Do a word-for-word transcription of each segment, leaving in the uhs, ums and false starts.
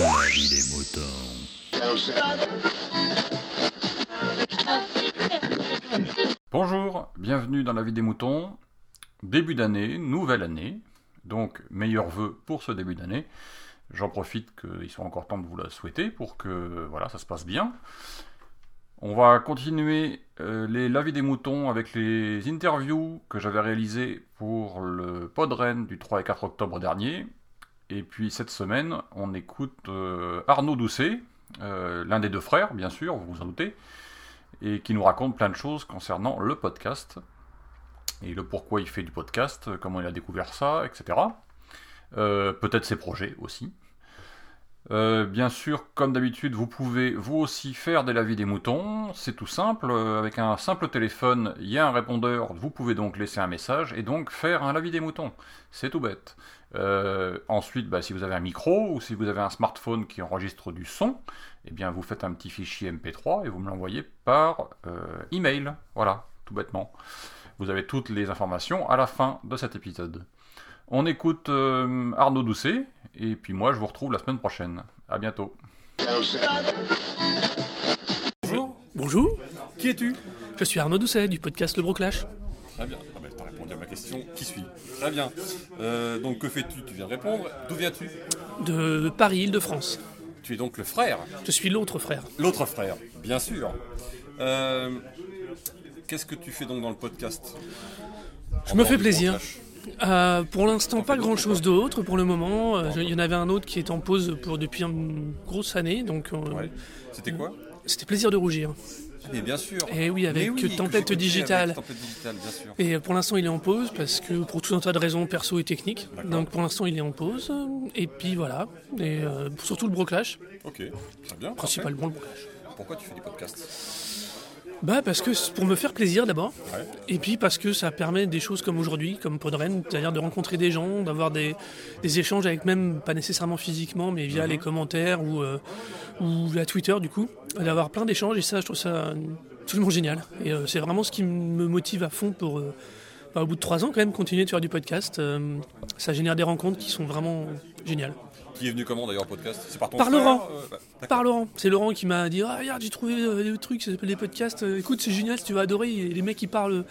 La vie des moutons. Bonjour, bienvenue dans la vie des moutons. Début d'année, nouvelle année, donc meilleurs vœux pour ce début d'année. J'en profite qu'il soit encore temps de vous la souhaiter pour que voilà, ça se passe bien. On va continuer euh, les La vie des moutons avec les interviews que j'avais réalisées pour le Podren du trois et quatre octobre dernier. Et puis cette semaine, on écoute euh, Arnaud Doucet, euh, l'un des deux frères, bien sûr, vous vous en doutez, et qui nous raconte plein de choses concernant le podcast, et le pourquoi il fait du podcast, comment il a découvert ça, et cetera. Euh, peut-être ses projets aussi. Euh, bien sûr, comme d'habitude, vous pouvez vous aussi faire des La vie des moutons, c'est tout simple, avec un simple téléphone, il y a un répondeur, vous pouvez donc laisser un message, et donc faire un La vie des moutons, c'est tout bête. Euh, ensuite, bah, si vous avez un micro, ou si vous avez un smartphone qui enregistre du son, eh bien vous faites un petit fichier M P trois, et vous me l'envoyez par euh, email, voilà, tout bêtement. Vous avez toutes les informations à la fin de cet épisode. On écoute euh, Arnaud Doucet, et puis moi je vous retrouve la semaine prochaine. À bientôt. Bonjour. Bonjour, Qui es-tu? je suis Arnaud Doucet du podcast Le Broclash. Très bien. Ah ben, tu as répondu à ma question. Qui suis? Très bien. Euh, donc que fais-tu? Tu viens de répondre. D'où viens-tu? De Paris, Île-de-France. Tu es donc le frère. Je suis l'autre frère. L'autre frère, bien sûr. Euh, Qu'est-ce que tu fais donc dans le podcast? Je me fais plaisir. Euh, pour l'instant, pas grand-chose d'autre pour le moment. Euh, Il y en avait un autre qui est en pause pour, depuis une grosse année. Donc, euh, Ouais. C'était quoi? c'était plaisir de rougir. Mais bien sûr. Et oui, avec Mais oui, Tempête que j'ai écouté Digitale. avec Tempête Digitale, bien sûr. Et pour l'instant, il est en pause parce que pour tout un tas de raisons perso et techniques. D'accord. Donc pour l'instant, il est en pause. Et puis voilà. Et euh, surtout le Broclash, Ok, très bien. principalement le Broclash. Parfait. Pourquoi tu fais du podcast? Bah parce que c'est pour me faire plaisir d'abord, Ouais. et puis parce que ça permet des choses comme aujourd'hui, comme Podren, c'est-à-dire de rencontrer des gens, d'avoir des, des échanges avec même, pas nécessairement physiquement, mais via Mhm. les commentaires ou, euh, ou la Twitter du coup, d'avoir plein d'échanges, et ça je trouve ça absolument génial. Et euh, c'est vraiment ce qui me motive à fond pour, euh, bah, au bout de trois ans quand même, continuer de faire du podcast. Euh, ça génère des rencontres qui sont vraiment géniales. Qui est venu comment d'ailleurs au podcast? C'est par ton Par frère Laurent. euh, bah, d'accord. Par Laurent, c'est Laurent qui m'a dit « Ah regarde, j'ai trouvé euh, des trucs, ça s'appelle des podcasts, Euh, écoute c'est génial, tu vas adorer, et les mecs ils parlent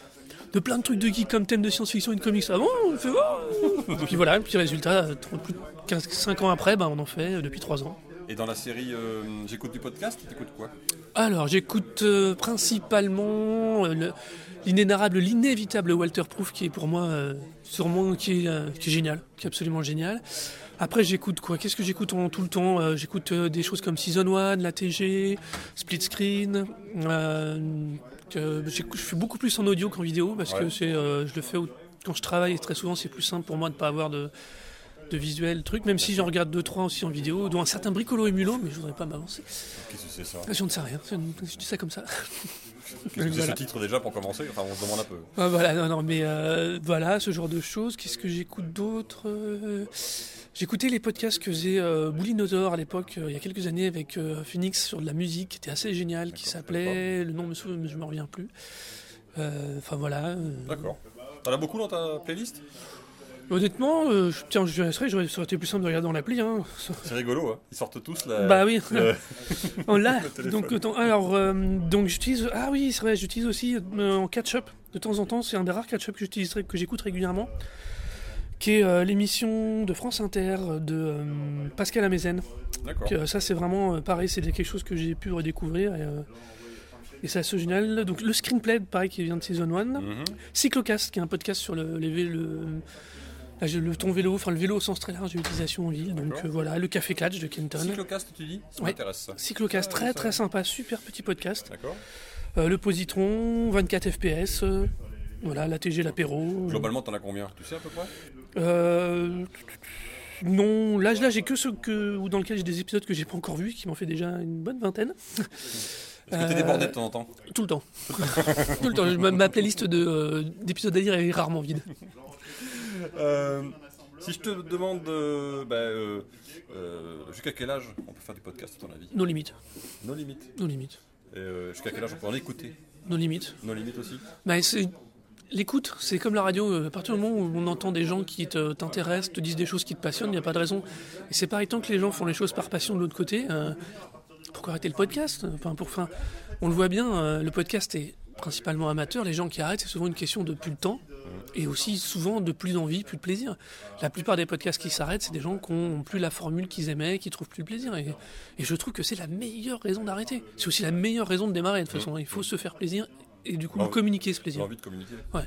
de plein de trucs de geek comme thème de science-fiction et de comics, ah bon, on fait oh !» Et puis voilà, et puis résultat, euh, plus de quinze, cinq ans après, bah, on en fait euh, depuis trois ans. Et dans la série euh, J'écoute du podcast, t'écoutes quoi? Alors j'écoute euh, principalement euh, le- l'inénarrable, l'inévitable Walter Proof, qui est pour moi euh, sûrement qui est, euh, qui est génial, qui est absolument génial. Après j'écoute quoi? Qu'est-ce que j'écoute en tout le temps? Euh, J'écoute euh, des choses comme Season un, la T G, Split Screen. Euh, que j'écoute- je fais beaucoup plus en audio qu'en vidéo parce Ouais. que c'est, euh, je le fais au- quand je travaille, et très souvent c'est plus simple pour moi de ne pas avoir de, de visuel truc, même si j'en regarde deux trois aussi en vidéo, dont un certain Bricolo et Mulot, mais je voudrais pas m'avancer. Qu'est-ce que c'est ça? Je ne sais rien, je je dis ça comme ça. Qu'est-ce que c'est Voilà. ce titre déjà pour commencer? Enfin, on se demande un peu. Ah, voilà, non, non, mais euh, voilà, ce genre de choses. Qu'est-ce que j'écoute d'autre? Euh, J'écoutais les podcasts que faisait euh, Boulinosaure à l'époque, euh, il y a quelques années, avec euh, Phoenix sur de la musique, qui était assez génial, qui D'accord, s'appelait, le nom me souvient, mais je me reviens plus. Euh, Enfin voilà. euh, D'accord. T'en as beaucoup dans ta playlist? Honnêtement, euh, je- tiens, je serais, j'aurais, ça aurait été plus simple de regarder dans l'appli. Hein. C'est rigolo, hein. Ils sortent tous là. Bah oui. le- On l'a. Le téléphone. Donc, autant- alors, euh, donc j'utilise. Ah oui, c'est vrai, j'utilise aussi euh, en catch-up de temps en temps. C'est un des rares catch-up que j'utilise, que j'écoute régulièrement, qui est euh, l'émission de France Inter de euh, Pascal Amezen. D'accord. Que, euh, ça, c'est vraiment euh, pareil, c'est quelque chose que j'ai pu redécouvrir. Et, euh, et c'est assez génial. Donc, le Screenplay, pareil, qui vient de Season un. Mhm. Cyclocast, qui est un podcast sur le, les vé- le, là, j'ai le ton vélo, enfin le vélo au sens très large et l'utilisation en ville. Donc D'accord. euh, voilà, le Café Catch de Kenton. Cyclocast, tu dis? Ça Ouais. m'intéresse ça. Cyclocast, Ah, très ça- très sympa, super petit podcast. D'accord. Euh, le Positron, vingt-quatre F P S, euh, voilà, la T G, l'apéro. Globalement, t'en as combien? Tu sais à peu près? Euh, non, là, là j'ai que ceux que, ou dans lesquels j'ai des épisodes que j'ai pas encore vus, qui m'en fait déjà une bonne vingtaine. Est-ce que t'es Euh, débordé de temps en temps? Tout le temps. Tout le temps. Ma, ma playlist de, euh, d'épisodes à lire est rarement vide. Euh, si je te demande euh, bah, euh, euh, jusqu'à quel âge on peut faire du podcast à ton avis? Nos limites. Nos limites. Nos limites. Et, euh, jusqu'à quel âge on peut en écouter? Nos limites. Nos limites aussi? Bah, c'est l'écoute, c'est comme la radio. À partir du moment où on entend des gens qui te, t'intéressent, te disent des choses qui te passionnent, il n'y a pas de raison. Et c'est pareil, tant que les gens font les choses par passion de l'autre côté, euh, pourquoi arrêter le podcast ? Enfin, pour, enfin, on le voit bien, euh, le podcast est principalement amateur. Les gens qui arrêtent, c'est souvent une question de plus de temps et aussi souvent de plus d'envie, plus de plaisir. La plupart des podcasts qui s'arrêtent, c'est des gens qui n'ont plus la formule qu'ils aimaient, qui trouvent plus le plaisir. Et, et je trouve que c'est la meilleure raison d'arrêter. C'est aussi la meilleure raison de démarrer. De toute façon, il faut se faire plaisir et du coup L'envie- communiquer ce plaisir. L'envie de communiquer. Ouais.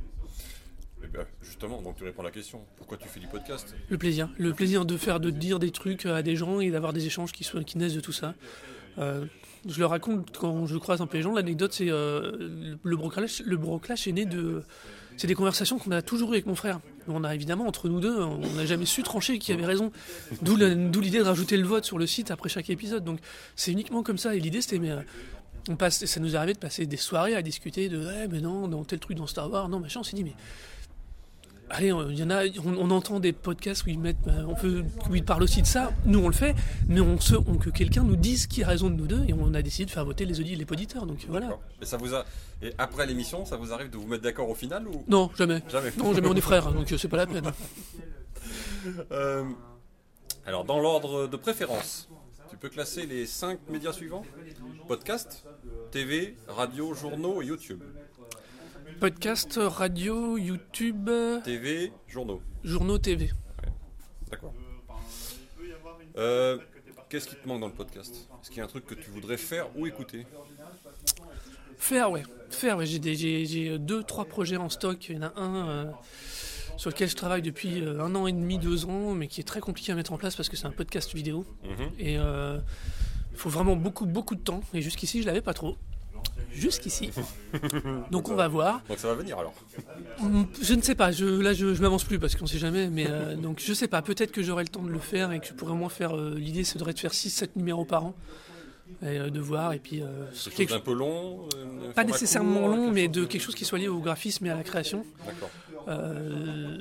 Et ben, justement, donc tu réponds à la question. Pourquoi tu fais du podcast ? Le plaisir, le plaisir de faire, de dire des trucs à des gens et d'avoir des échanges qui, soient, qui naissent de tout ça. Euh, je le raconte quand je croise un peu les gens. L'anecdote, c'est euh, le broclash. Le broclash est né de, c'est des conversations qu'on a toujours eues avec mon frère. On a évidemment entre nous deux, on n'a jamais su trancher qui avait raison. D'où, le, d'où l'idée de rajouter le vote sur le site après chaque épisode. Donc c'est uniquement comme ça. Et l'idée, c'était mais euh, on passe, ça nous est arrivé de passer des soirées à discuter de, eh, mais non, dans tel truc dans Star Wars, non machin. On s'est dit mais allez, il y en a, on, on entend des podcasts où ils mettent, on peut, où ils parlent aussi de ça. Nous, on le fait, mais on se, on, que quelqu'un nous dise qui a raison de nous deux, et on a décidé de faire voter les auditeurs, les poditeurs. Donc voilà. D'accord. Et ça vous a, et après l'émission, ça vous arrive de vous mettre d'accord au final ou Non, jamais. jamais? Non, jamais. On est frères, donc c'est pas la peine. Euh, alors, dans l'ordre de préférence, tu peux classer les cinq médias suivants: podcast, T V, radio, journaux et YouTube. Podcast, radio, YouTube, T V, journaux. journaux, T V. D'accord. Euh, qu'est-ce qui te manque dans le podcast? Est-ce qu'il y a un truc que tu voudrais faire ou écouter? Faire, ouais. Faire, ouais. J'ai, des, j'ai, j'ai deux, trois projets en stock. Il y en a un euh, sur lequel je travaille depuis euh, un an et demi, deux ans, mais qui est très compliqué à mettre en place parce que c'est un podcast vidéo. Mhm. Et il euh, faut vraiment beaucoup, beaucoup de temps. Et jusqu'ici, je l'avais pas trop. Jusqu'ici. Donc on va voir. Donc ça va venir alors. Je ne sais pas, je, là je, je m'avance plus parce qu'on sait jamais, mais euh, donc je sais pas, peut-être que j'aurai le temps de le faire et que je pourrais au moins faire, euh, l'idée serait de faire six sept numéros par an, et euh, de voir, et puis... Euh, C'est quelque chose d'un peu long euh, pas format nécessairement court, long, quelque mais chose de quelque chose qui soit lié au graphisme et à la création. D'accord. Euh,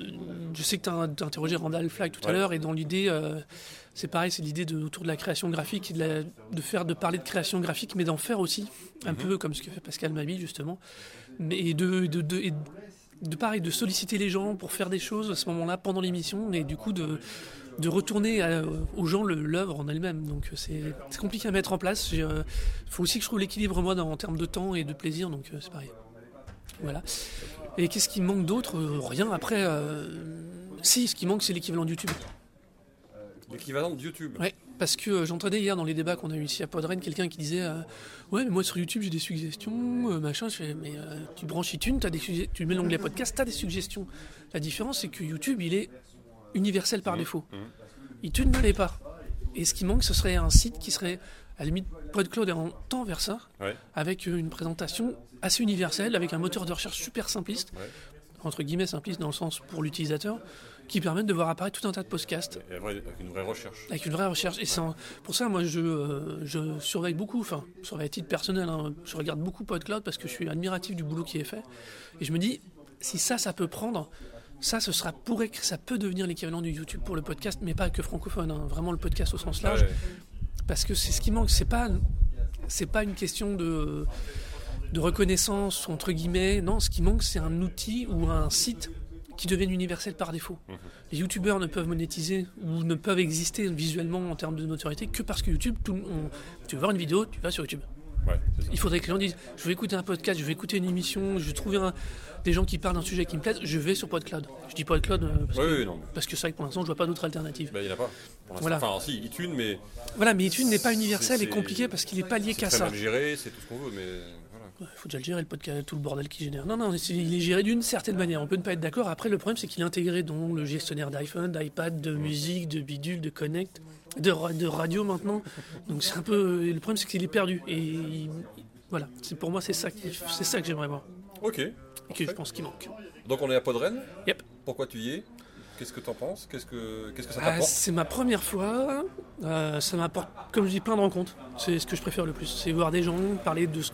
je sais que tu as interrogé Randall Flagg tout à Ouais. l'heure, et dans l'idée, euh, c'est pareil, c'est l'idée de, autour de la création graphique, et de, la- de faire, de parler de création graphique, mais d'en faire aussi, un Mhm. peu comme ce que fait Pascal Mabi justement, mais et de, de, de, et de- de pareil, de solliciter les gens pour faire des choses à ce moment-là pendant l'émission, et du coup de, de retourner à- aux gens le- l'œuvre en elle-même. Donc c'est, c'est compliqué à mettre en place. Il euh, faut aussi que je trouve l'équilibre moi dans- en termes de temps et de plaisir, donc euh, c'est pareil. Voilà. Et qu'est-ce qui me manque d'autre? Euh, Rien. Après, euh, si, ce qui manque, c'est l'équivalent de YouTube. L'équivalent de YouTube. Ouais, parce que euh, j'entendais hier dans les débats qu'on a eu ici à Podren quelqu'un qui disait euh, ouais, mais moi sur YouTube j'ai des suggestions, euh, machin. Je fais, mais euh, tu branches iTunes, t'as des sugge- tu mets l'onglet podcast, t'as des suggestions. La différence, c'est que YouTube, il est universel par défaut. iTunes ne l'est pas. Et ce qui manque, ce serait un site qui serait, à la limite, PodCloud est en tend vers ça, Ouais. avec une présentation assez universelle, avec un moteur de recherche super simpliste, Ouais. entre guillemets simpliste dans le sens pour l'utilisateur, qui permettent de voir apparaître tout un tas de podcasts Et vrai- avec une vraie recherche. avec une vraie recherche. Et c'est en- pour ça, moi, je, euh, je surveille beaucoup, enfin, je surveille à titre personnel, hein, je regarde beaucoup PodCloud parce que je suis admiratif du boulot qui est fait. Et je me dis, si ça, ça peut prendre, ça, ce sera pourrait que ça peut devenir l'équivalent du YouTube pour le podcast, mais pas que francophone, hein, vraiment le podcast au sens large. Ouais. Parce que c'est ce qui manque, c'est pas, c'est pas une question de, de reconnaissance, entre guillemets. Non, ce qui manque, c'est un outil ou un site qui devienne universel par défaut. Mhm. Les youtubeurs ne peuvent monétiser ou ne peuvent exister visuellement en termes de notoriété que parce que YouTube, tout, on- tu veux voir une vidéo, tu vas sur YouTube. Ouais, c'est ça. Il faudrait que les gens disent, je vais écouter un podcast, je vais écouter une émission, je vais trouver un- des gens qui parlent d'un sujet qui me plaise, je vais sur PodCloud. Je dis PodCloud euh, parce, Oui, que, oui, non. parce que c'est vrai que pour l'instant, je vois pas d'autre alternative. Ben, il n'y en a pas. Pour l'instant. Voilà. Enfin, si, iTunes, mais Voilà, mais iTunes n'est pas universel C'est- et compliqué parce qu'il n'est pas lié c'est qu'à très ça. mal géré, c'est tout ce qu'on veut, mais voilà. Il faut déjà le gérer, le podcast, tout le bordel qu'il génère. Non, non, c'est- il est géré d'une certaine manière. On peut ne pas être d'accord. Après, le problème, c'est qu'il est intégré dans le gestionnaire d'iPhone, d'iPad, de musique, de bidule, de Connect, de, ra- de radio maintenant. Donc c'est un peu. Le problème, c'est qu'il est perdu. Et il- voilà. C'est pour moi, c'est ça, qui- c'est ça que j'aimerais voir Ok. et que je pense qu'il manque. Donc on est à Podren. Yep. Pourquoi tu y es? Qu'est-ce que t'en penses? Qu'est-ce que qu'est-ce que ça Ah, t'apporte? c'est ma première fois. Euh, ça m'apporte, comme je dis, plein de rencontres. C'est ce que je préfère le plus. C'est voir des gens, parler de ce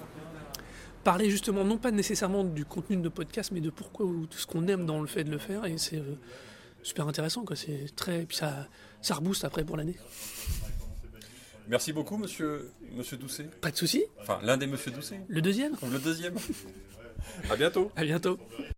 parler justement, non pas nécessairement du contenu de nos podcasts, mais de pourquoi ou de ce qu'on aime dans le fait de le faire. Et c'est euh, super intéressant, quoi. C'est très, et puis ça, ça rebooste après pour l'année. Merci beaucoup, monsieur, monsieur Doucet. Pas de souci. Enfin, l'un des monsieur Doucet. Le deuxième. Le deuxième. À bientôt. À bientôt.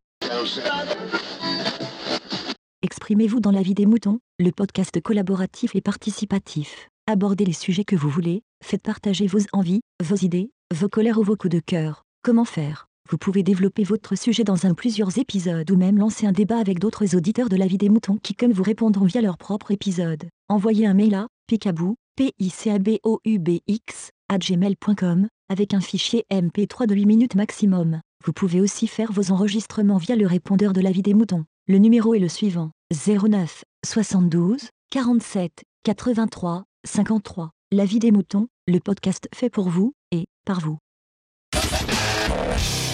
Exprimez-vous dans la vie des moutons, le podcast collaboratif et participatif. Abordez les sujets que vous voulez, faites partager vos envies, vos idées, vos colères ou vos coups de cœur. Comment faire ? Vous pouvez développer votre sujet dans un plusieurs épisodes ou même lancer un débat avec d'autres auditeurs de la vie des moutons qui comme vous répondront via leur propre épisode. Envoyez un mail à picaboo, p i c a b o u b x, arobase gmail point com, avec un fichier M P trois de huit minutes maximum. Vous pouvez aussi faire vos enregistrements via le répondeur de la vie des moutons. Le numéro est le suivant, zéro neuf, soixante-douze, quarante-sept, quatre-vingt-trois, cinquante-trois. La vie des moutons, le podcast fait pour vous, et par vous.